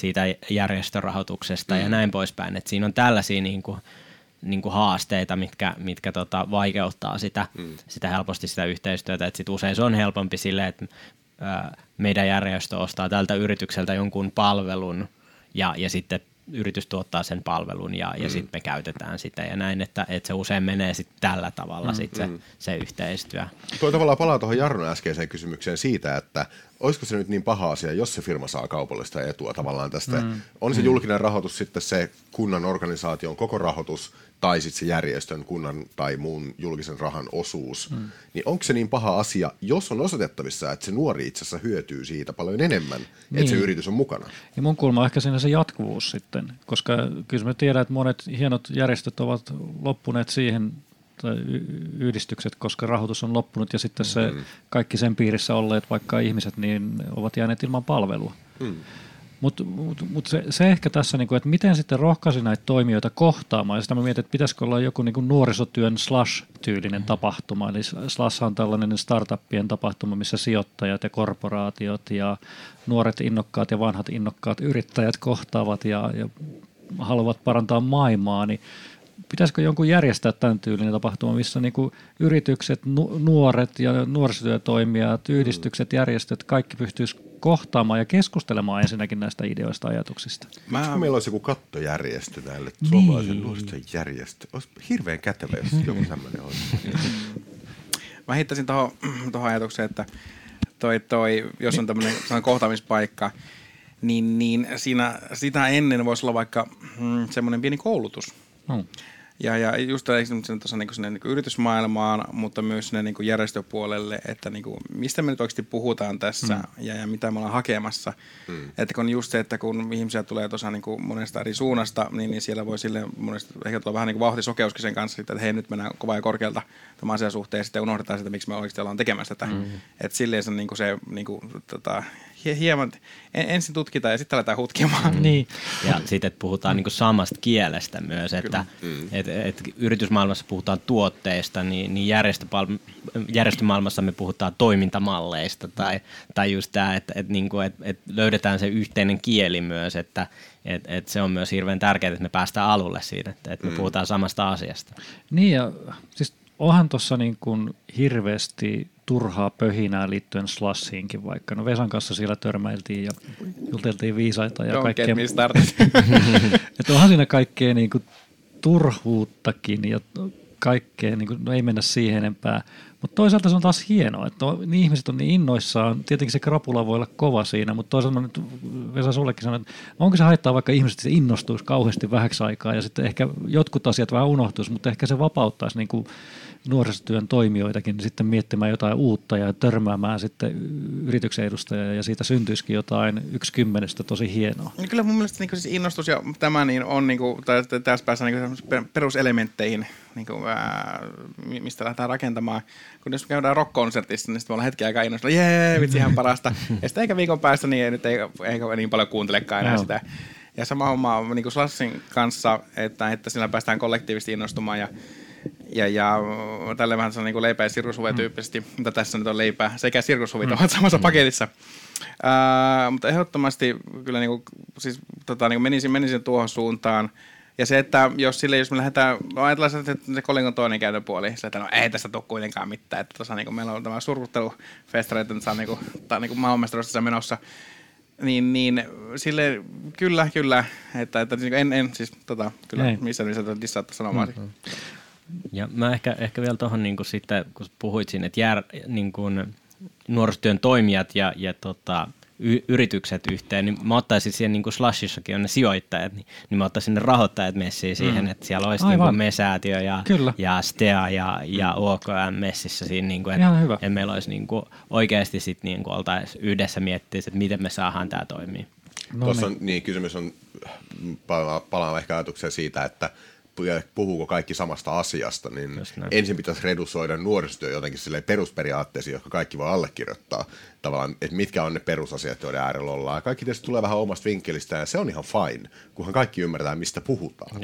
järjestörahoituksesta ja näin poispäin. Et siinä on tällaisia niinku haasteita, mitkä vaikeuttaa sitä helposti sitä yhteistyötä, että sit usein se on helpompi silleen, että meidän järjestö ostaa tältä yritykseltä jonkun palvelun ja sitten yritys tuottaa sen palvelun ja sitten me käytetään sitä ja näin, että se usein menee sitten tällä tavalla se yhteistyö. Tuo tavallaan palaa tuohon Jarnon äskeiseen kysymykseen siitä, että olisiko se nyt niin paha asia, jos se firma saa kaupallista etua tavallaan tästä. On se julkinen rahoitus sitten se kunnan organisaation koko rahoitus tai sitten se järjestön, kunnan tai muun julkisen rahan osuus, niin onko se niin paha asia, jos on osoitettavissa, että se nuori itse asiassa hyötyy siitä paljon enemmän, että se yritys on mukana? Ja mun kulma on ehkä siinä se jatkuvuus sitten, koska kyllä me tiedän, että monet hienot järjestöt ovat loppuneet siihen, tai yhdistykset, koska rahoitus on loppunut ja sitten se kaikki sen piirissä olleet, vaikka ihmiset, niin ovat jääneet ilman palvelua. Mutta se ehkä tässä, että miten sitten rohkaisi näitä toimijoita kohtaamaan, ja sitä mä mietin, että pitäisikö olla joku nuorisotyön Slash-tyylinen tapahtuma, eli Slash on tällainen startuppien tapahtuma, missä sijoittajat ja korporaatiot ja nuoret innokkaat ja vanhat innokkaat yrittäjät kohtaavat ja haluavat parantaa maailmaa, niin pitäisikö jonkun järjestää tämän tyylinen tapahtuma, missä niinku yritykset, nuoret ja nuorisotyötoimijat, yhdistykset, järjestöt, kaikki pystyisi kohtaamaan ja keskustelemaan ensinnäkin näistä ideoista, ajatuksista. Meillä olisi joku kattojärjestö näille suomalaisen nuorisojärjestö. Olisi hirveän kätevä, jos joku tämmöinen olisi. Mä hittäisin tuohon ajatukseen, että jos on tämmöinen kohtaamispaikka, niin siinä sitä ennen voisi olla vaikka semmoinen pieni koulutus. Ja just tuossa niin yritysmaailmaan, mutta myös sinne niin järjestöpuolelle, että niin kuin, mistä me nyt oikeasti puhutaan tässä ja mitä me ollaan hakemassa. Että kun just se, että kun ihmisiä tulee tuossa niin monesta eri suunnasta, niin siellä voi sille monesti ehkä tulla vähän niin kuin vauhtisokeuskin sen kanssa, että hei, nyt mennään kovaa ja korkealta tämän asian suhteen ja sitten unohdetaan sitä, miksi me oikeasti ollaan tekemässä tätä. Että silleen se niin kuin se niin kuin, hieman ensin tutkitaan ja sitten aletaan hutkimaan. Niin. Ja sitten puhutaan niin samasta kielestä myös, että yritysmaailmassa puhutaan tuotteista, niin järjestömaailmassa me puhutaan toimintamalleista tai just tämä, että löydetään se yhteinen kieli myös, että se on myös hirveän tärkeää, että me päästään alulle siitä, että me puhutaan samasta asiasta. Niin ja siis onhan tuossa niin kuin hirveästi turhaa pöhinää liittyen Slashiinkin vaikka. No Vesan kanssa siellä törmäiltiin ja juteltiin viisaita ja kaikkea. Että onhan siinä kaikkea niin kuin turhuuttakin ja kaikkea, niin kuin, no ei mennä siihen enempää. Mutta toisaalta se on taas hienoa, että niin ihmiset on niin innoissaan. Tietenkin se krapula voi olla kova siinä, mutta toisaalta nyt Vesa sullekin sanon, että onko se haittaa vaikka ihmiset se innostuisi kauheasti vähäksi aikaa ja sitten ehkä jotkut asiat vähän unohtuisi, mutta ehkä se vapauttaisi niin kuin nuorisotyön toimijoitakin sitten miettimään jotain uutta ja törmäämään sitten yrityksen edustajia ja siitä syntyisikin jotain 1/10 tosi hienoa. Niin kyllä mun mielestä niin siis innostus ja tämä niin on niin kuin, tai tässä päässä niin peruselementteihin, niin kuin, mistä lähdetään rakentamaan. Kun jos me käydään rock-konsertissa, niin sitten me ollaan hetken aikaa innostunut, jee, vitsi ihan parasta. Ja sitten eikä viikon päästä, niin nyt ei niin paljon kuuntelekaan enää sitä. Ja sama homma on niin kuin Slashin kanssa, että sillä päästään kollektiivisesti innostumaan ja tälle vähän sellainen niin leipä- ja sirkushuve tyyppisesti, mutta tässä nyt on leipää sekä sirkushuvit ovat samassa paketissa. Mutta ehdottomasti kyllä niin kuin, siis, niin kuin menisin tuohon suuntaan. Ja se, että jos me lähdetään, ajatellaan se kolikon toinen käytön puoli, se, että no ei tästä tule kuitenkaan mitään, että tuossa niin meillä on tämä surkuttelufestari, että tämä on niin maailmanmestaruudessa menossa, niin sille kyllä, että en siis kyllä missä dissaat sanomaan. Ja mä ehkä vielä tuohon niin sitten, kun puhuit siinä, että niin nuorisotyön toimijat ja yritykset yhteen, niin mä ottaisin siihen, niin kuin Slashissakin on ne sijoittajat, niin mä ottaisin ne rahoittajat messiin siihen, että siellä olisi niin kuin Me-säätiö ja STEA ja OKM messissä siinä, niin kuin, että meillä olisi niin kuin oikeasti sit niin kuin oltaisiin yhdessä miettiä, että miten me saadaan tämä toimia. Tuossa on, kysymys on, palaan ehkä ajatukseen siitä, että puhuuko kaikki samasta asiasta, niin ensin pitäisi redusoida nuorisotyö jotenkin perusperiaatteisiin, jotka kaikki voi allekirjoittaa. Tavallaan, että mitkä on ne perusasiat, joiden äärellä ollaan. Kaikki tietysti tulee vähän omasta vinkkelistä, ja se on ihan fine, kunhan kaikki ymmärtää, mistä puhutaan.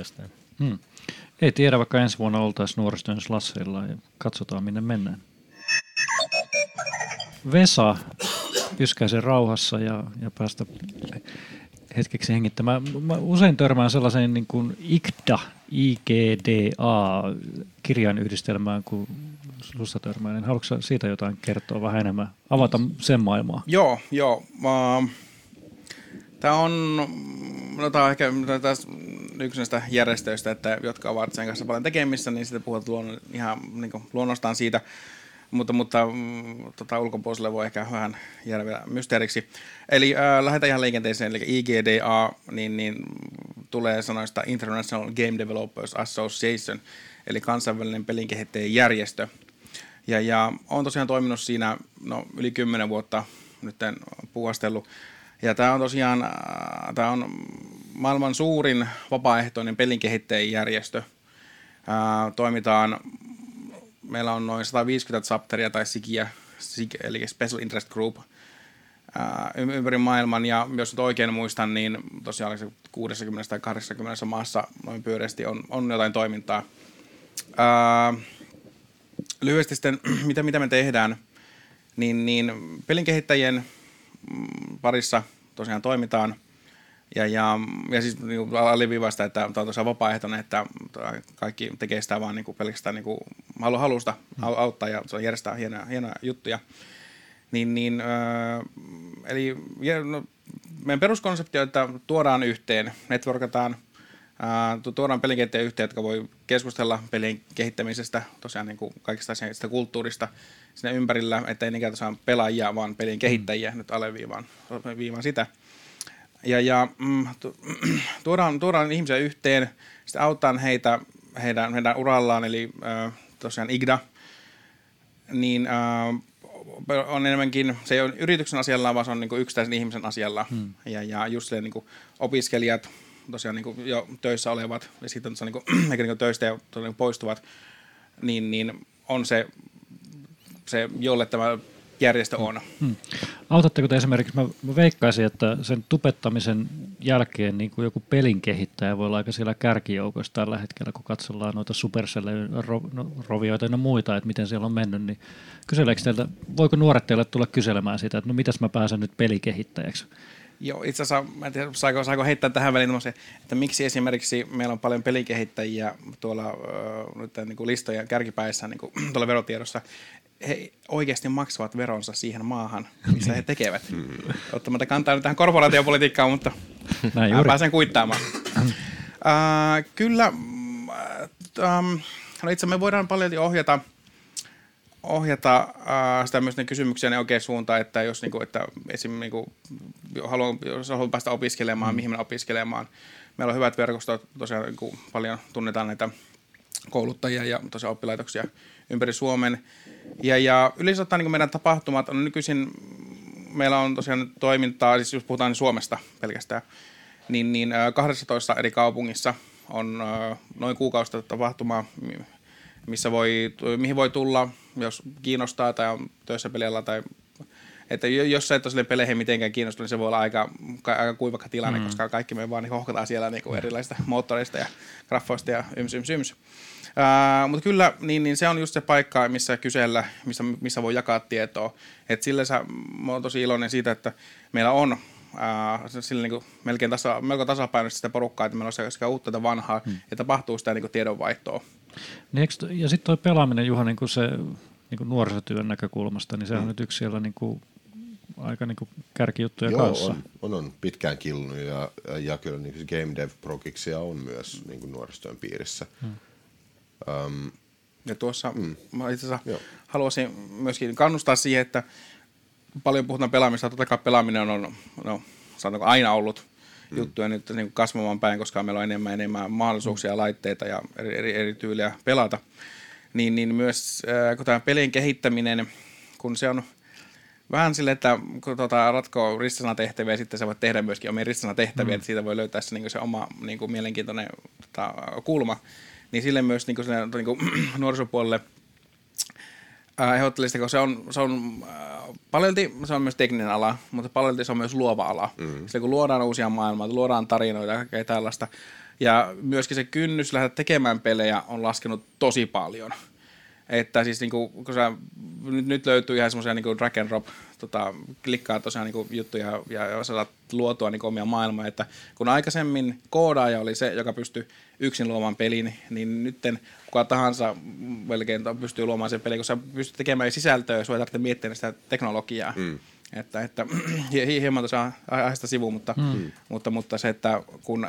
Ei tiedä, vaikka ensi vuonna oltaisiin nuorisotyön Slashilla, ja katsotaan, minne mennään. Vesa yskäisen rauhassa ja päästä hetkeksi hengittämään. Mä usein törmään sellaiseen niin kuin IGDA-kirjainyhdistelmään, kun susta törmään. Niin haluatko siitä jotain kertoa vähän enemmän? Avata sen maailmaa. Joo. Tämä on ehkä yksi näistä järjestöistä, jotka ovat sen kanssa paljon tekemissä, niin sitten puhutaan ihan niin kuin luonnostaan siitä. Mutta ulkopuoliselle voi ehkä vähän jäädä vielä mysteeriksi. Eli lähdetään ihan liikenteeseen, eli IGDA niin tulee sanoista International Game Developers Association, eli kansainvälinen pelinkehittäjien järjestö. Ja olen tosiaan toiminut siinä yli 10 vuotta nyt puuhastellut. Ja tämä on tosiaan maailman suurin vapaaehtoinen pelinkehittäjien järjestö. Toimitaan. Meillä on noin 150 chapteria tai SIGiä, eli Special Interest Group, ympäri maailman. Ja jos nyt oikein muistan, niin tosiaan 60 tai 80 maassa noin pyöreästi on jotain toimintaa. Lyhyesti sitten, mitä me tehdään, niin pelinkehittäjien parissa tosiaan toimitaan. Ja siis niin aliviivasta, että tämä on tosiaan vapaaehtoinen, että kaikki tekee sitä vaan niin pelkästään niin halusta auttaa ja se järjestää hienoja juttuja. Eli meidän peruskonsepti on, että tuodaan yhteen, networkataan, tuodaan pelinkehittäjiä yhteen, jotka voi keskustella pelien kehittämisestä, tosiaan niin kuin kaikista sitä kulttuurista siinä ympärillä, että ei niinkään tosiaan pelaajia, vaan pelien kehittäjiä, nyt alleviivaan sitä. Tuodaan ihmisiä yhteen, sitten autetaan heitä heidän urallaan, eli tosiaan IGDA, niin on enemmänkin, se ei ole yrityksen asialla, vaan se on niin kuin yksittäisen ihmisen asialla. Ja just niin kuin opiskelijat, tosiaan niin kuin jo töissä olevat, ja sitten niin kuin töistä ja niin poistuvat, niin on se, jolle tämä järjestö on. Autatteko te esimerkiksi, mä veikkaisin, että sen tupettamisen jälkeen niin kuin joku pelin kehittäjä voi olla aika siellä kärkijoukoissa tällä hetkellä, kun katsellaan noita Supercellin rovioita ja muita, että miten siellä on mennyt, niin kyseleekö teiltä, voiko nuoret teille tulla kyselemään sitä, että no mitäs mä pääsen nyt pelikehittäjäksi? Joo, itse asiassa, mä en tiedä, saako heittää tähän väliin, että miksi esimerkiksi meillä on paljon pelikehittäjiä tuolla nyt niin kuin listojen kärkipäissä niin kuin tuolla verotiedossa, he oikeasti maksavat veronsa siihen maahan, missä he tekevät. Ottamatta kantaa nyt tähän korporaatiopolitiikkaan, mutta mä pääsen kuittaamaan. Kyllä, itse me voidaan paljon ohjata sitä myös ne kysymyksiä ne oikeaan suuntaan, että jos niinku, että esim. Niinku, jos haluan päästä opiskelemaan, mihin mennä opiskelemaan. Meillä on hyvät verkostot, tosiaan niinku, paljon tunnetaan näitä kouluttajia ja tosiaan oppilaitoksia ympäri Suomen. Ja yleensä ottaen niin meidän tapahtumat on nykyisin, meillä on tosiaan toimintaa, siis jos puhutaan Suomesta pelkästään, niin 12 eri kaupungissa on noin kuukausista tapahtumaa, mihin voi tulla, jos kiinnostaa tai on töissä pelialalla tai että jos sä et ole peleihin mitenkään kiinnostunut, niin se voi olla aika kuivakka tilanne, koska kaikki me vaan niin hohkataan siellä niin erilaisista moottoreista ja graffoista ja yms. Mutta kyllä, niin se on just se paikka, missä kysellä, missä voi jakaa tietoa. Et sillä mä oon tosi iloinen siitä, että meillä on sillä niin melko tasapainoisesti sitä porukkaa, että meillä on sekä uutta että vanhaa, ja tapahtuu sitä niin tiedonvaihtoa. Ja sitten tuo pelaaminen, Juha, niin se niin nuorisotyön näkökulmasta, niin se on nyt yksi siellä niin aika niin kärkijuttuja kanssa. On pitkään killunut ja kyllä niin Game Dev-progiksia on myös niin nuorisotyön piirissä. Ja tuossa mä itse asiassa haluaisin myöskin kannustaa siihen, että paljon puhutaan pelaamista. Totta kai pelaaminen on sanotaanko aina ollut juttuja nyt niin kasvamaan päin, koska meillä on enemmän mahdollisuuksia, laitteita ja eri tyyliä pelata. Niin myös kun tämä pelien kehittäminen, kun se on vähän silleen, että kun ratkoo ristisanatehtäviä, sitten sä voit tehdä myöskin omia ristisanatehtäviä, että siitä voi löytää se oma mielenkiintoinen kulma. Niin sille myös niin nuorisopuolelle ehdottelisin, kun se on paljolti se on myös tekninen ala, mutta paljolti se on myös luova ala. Sillä kun luodaan uusia maailmaa, luodaan tarinoita ja kaikkea tällaista. Ja myöskin se kynnys lähteä tekemään pelejä on laskenut tosi paljon. Että siis kun nyt löytyy ihan semmoisia drag and drop, klikkaa tosiaan juttuja ja saat luotua omia maailmaa. Että kun aikaisemmin koodaaja oli se, joka pystyi yksin luomaan pelin, niin nytten kuka tahansa melkein pystyy luomaan sen pelin, kun sä pystyt tekemään sisältöä ja sua ei tarvitse miettiä sitä teknologiaa. Että hieman tosiaan aiheesta sivuun, mutta se, että kun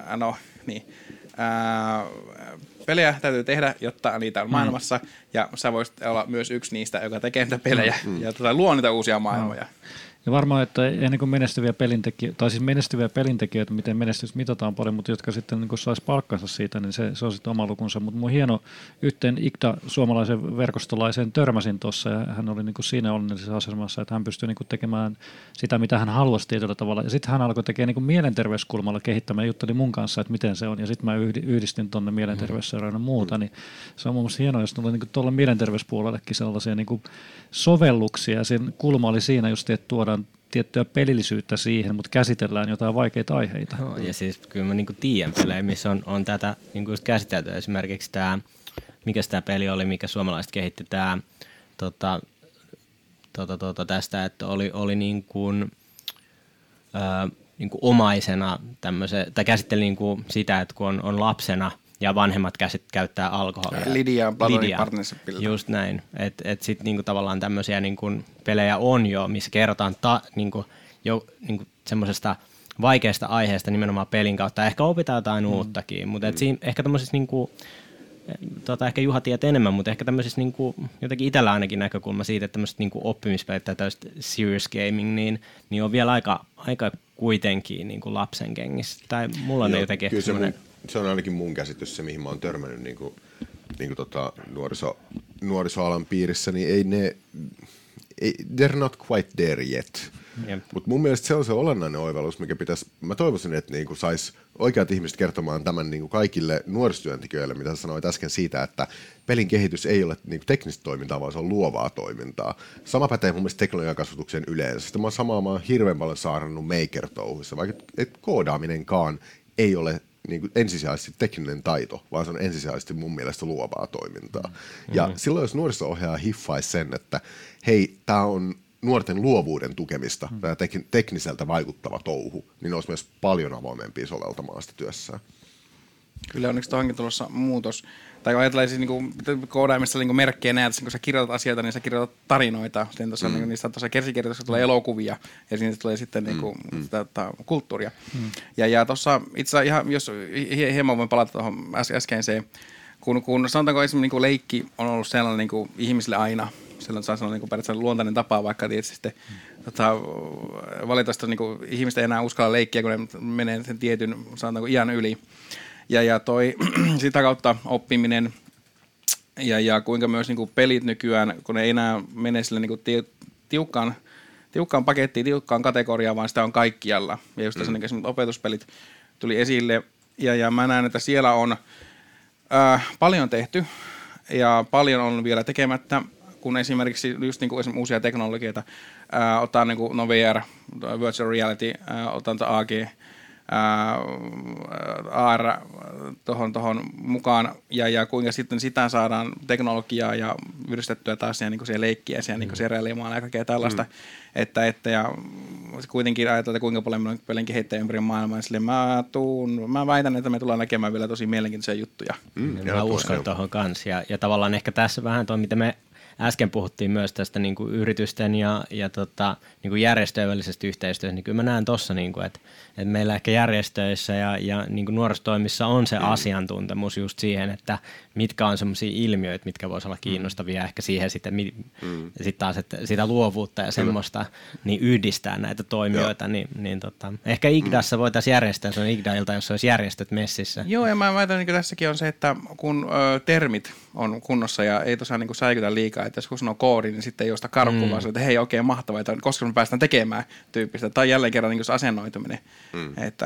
pelejä täytyy tehdä, jotta niitä on maailmassa, ja sä voisit olla myös yksi niistä, joka tekee niitä pelejä ja luo niitä uusia maailmoja. Ja varmaan, että ennen kuin menestyviä pelintekijöitä, miten menestys mitataan paljon, mutta jotka sitten niin saisi palkkansa siitä, niin se on sitten oma lukunsa. Mutta mun hieno yhteen IGDA-suomalaisen verkostolaisen törmäsin tuossa, ja hän oli niin siinä onnellisessa asemassa, että hän pystyi niin tekemään sitä, mitä hän halusi tietyllä tavalla. Ja sitten hän alkoi tekemään niin mielenterveyskulmalla kehittämään, jutteli mun kanssa, että miten se on. Ja sitten mä yhdistin tuonne mielenterveysseuraan ja muuta, niin se on mun mielestä hienoa, jos tulee niin tuolla mielenterveyspuolellekin sellaisia niin sovelluksia. Sen kulma oli siinä just, että tuodaan tiettyä pelillisyyttä siihen, mutta käsitellään jotain vaikeita aiheita. No, ja siis kyllä mä tiedän pelejä, missä on tätä just käsitelty. Esimerkiksi mikä tämä peli oli, mikä suomalaiset kehitti tästä, että oli niin kuin omaisena tai käsitteli niin kuin sitä, että kun on lapsena ja vanhemmat käyttää alkoholia. Lydia Blood Partnershipilta. Just näin. Että sitten niinku tavallaan tämmöisiä niinku pelejä on jo, missä kerrotaan niinku semmoisesta vaikeasta aiheesta nimenomaan pelin kautta. Ehkä opitaan jotain uuttakin, mutta ehkä tämmöisissä niinku, ehkä Juha tiedät enemmän, mutta ehkä tämmöisissä niinku, jotenkin itsellä ainakin näkökulma siitä, että tämmöiset niinku oppimispelit tai tämmöiset serious gaming, niin on vielä aika kuitenkin niinku lapsen kengissä. Tai mulla on jotenkin ehkä semmoinen... Se on ainakin mun käsitys, se mihin mä oon törmännyt nuorisoalan piirissä, niin ei ne, they're not quite there yet. Mutta mun mielestä se on se olennainen oivallus, mikä pitäisi, mä toivoisin, että niinku sais oikeat ihmiset kertomaan tämän niinku kaikille nuorisotyöntekijöille, mitä sä sanoit äsken siitä, että pelin kehitys ei ole niinku teknistä toimintaa, vaan se on luovaa toimintaa. Sama pätee mun mielestä teknologian kasvatuksen yleensä. Sitten mä oon hirveän paljon saarannut maker-touhuissa, vaikka et koodaaminenkaan ei ole niin ensisijaisesti tekninen taito, vaan se on ensisijaisesti mun mielestä luovaa toimintaa. Ja silloin, jos nuoriso-ohjaaja hiffaisi sen, että hei, tämä on nuorten luovuuden tukemista, tämä tekniseltä vaikuttava touhu, niin olisi myös paljon avoimempia soveltamaan sitä työssään. Kyllä onneksi tuohonkin tulossa muutos. Tai ajatellaan siis koodaimissa merkkejä näet, kun sä kirjoitat asioita, niin sä kirjoitat tarinoita. Niistä tuossa käsikirjoituksessa tulee elokuvia ja siitä tulee sitten kulttuuria. Ja tuossa itse asiassa ihan, jos hieman voin palata tuohon äskeiseen, kun sanotaanko esimerkiksi leikki on ollut sellainen ihmisille aina, silloin saa sanoa periaatteessa luontainen tapa, vaikka tietysti sitten valitettavasti ihmiset ei enää uskalla leikkiä, kun ne menee sen tietyn sanotaanko iän yli. Ja toi sitä kautta oppiminen ja kuinka myös pelit nykyään, kun ne ei enää mene sille tiukkaan pakettiin, tiukkaan kategoriaan, vaan sitä on kaikkialla. Ja just tässä esimerkiksi opetuspelit tuli esille. Ja mä näen, että siellä on paljon tehty ja paljon on vielä tekemättä, kun esimerkiksi just esimerkiksi uusia teknologioita, ottaa VR, virtual reality, otan AG, AR tuohon mukaan ja kuinka sitten sitä saadaan teknologiaa ja yhdistettyä taas siihen leikkiä ja siihen reaalimaailmaan ja kaikkea tällaista, että ja kuitenkin ajatellaan, että kuinka paljon meillä on pelin kehittäjä ympäri maailmaa, ja silleen mä väitän, että me tullaan näkemään vielä tosi mielenkiintoisia juttuja. Mä uskon tuohon kanssa ja tavallaan ehkä tässä vähän tuo, mitä me äsken puhuttiin myös tästä niin kuin yritysten ja niin kuin järjestöjen välisestä yhteistyöstä, niin kyllä mä näen tuossa, niin kuin, että meillä ehkä järjestöissä ja niin kuin nuorisotoimissa on se asiantuntemus just siihen, että mitkä on semmoisia ilmiöitä, mitkä voisi olla kiinnostavia ehkä siihen sitten taas, että sitä luovuutta ja semmoista niin yhdistää näitä toimijoita, niin ehkä IGDassa voitaisiin järjestää, se on IGDA-ilta, jos olisi järjestöt messissä. Joo, ja mä väitän, että tässäkin on se, että kun termit on kunnossa ja ei tosiaan niin säikytä liikaa, että jos kun sanoo koodi, niin sitten ei ole sitä karkkua, vaan että hei, okei, mahtavaa, että koska me päästään tekemään tyyppistä. Tai jälleen kerran niin se asennoituminen. Että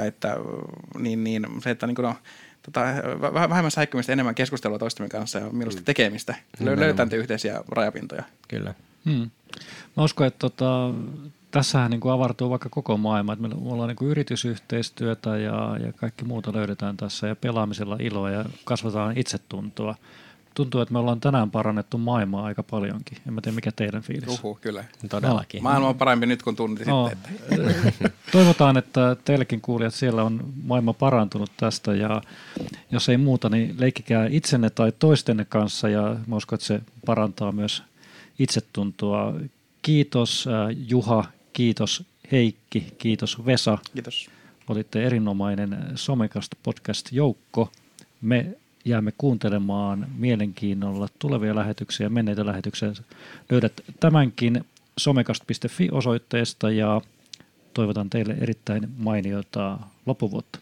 se, että vähemmän säikkymistä, enemmän keskustelua toistemme kanssa ja mieluusti tekemistä. Löydetään te yhteisiä rajapintoja. Kyllä. Mä uskon, että tässähän avartuu vaikka koko maailma. Että me ollaan yritysyhteistyötä ja kaikki muuta löydetään tässä ja pelaamisella iloa ja kasvataan itsetuntoa. Tuntuu, että me ollaan tänään parannettu maailmaa aika paljonkin. En mä tiedä, mikä teidän fiilis. Kyllä. Todellakin. Maailma on parempi nyt kuin tunti sitten. Toivotaan, että teillekin kuulijat siellä on maailma parantunut tästä ja jos ei muuta, niin leikkikää itsenne tai toistenne kanssa ja mä uskon, että se parantaa myös itsetuntoa. Kiitos Juha, kiitos Heikki, kiitos Vesa. Kiitos. Olitte erinomainen Somecast podcast-joukko. Me jäämme kuuntelemaan mielenkiinnolla tulevia lähetyksiä ja menneitä lähetyksiä. Löydät tämänkin somecast.fi-osoitteesta ja toivotan teille erittäin mainiota loppuvuotta.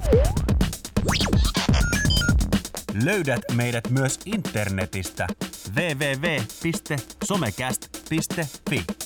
Löydät meidät myös internetistä www.somecast.fi.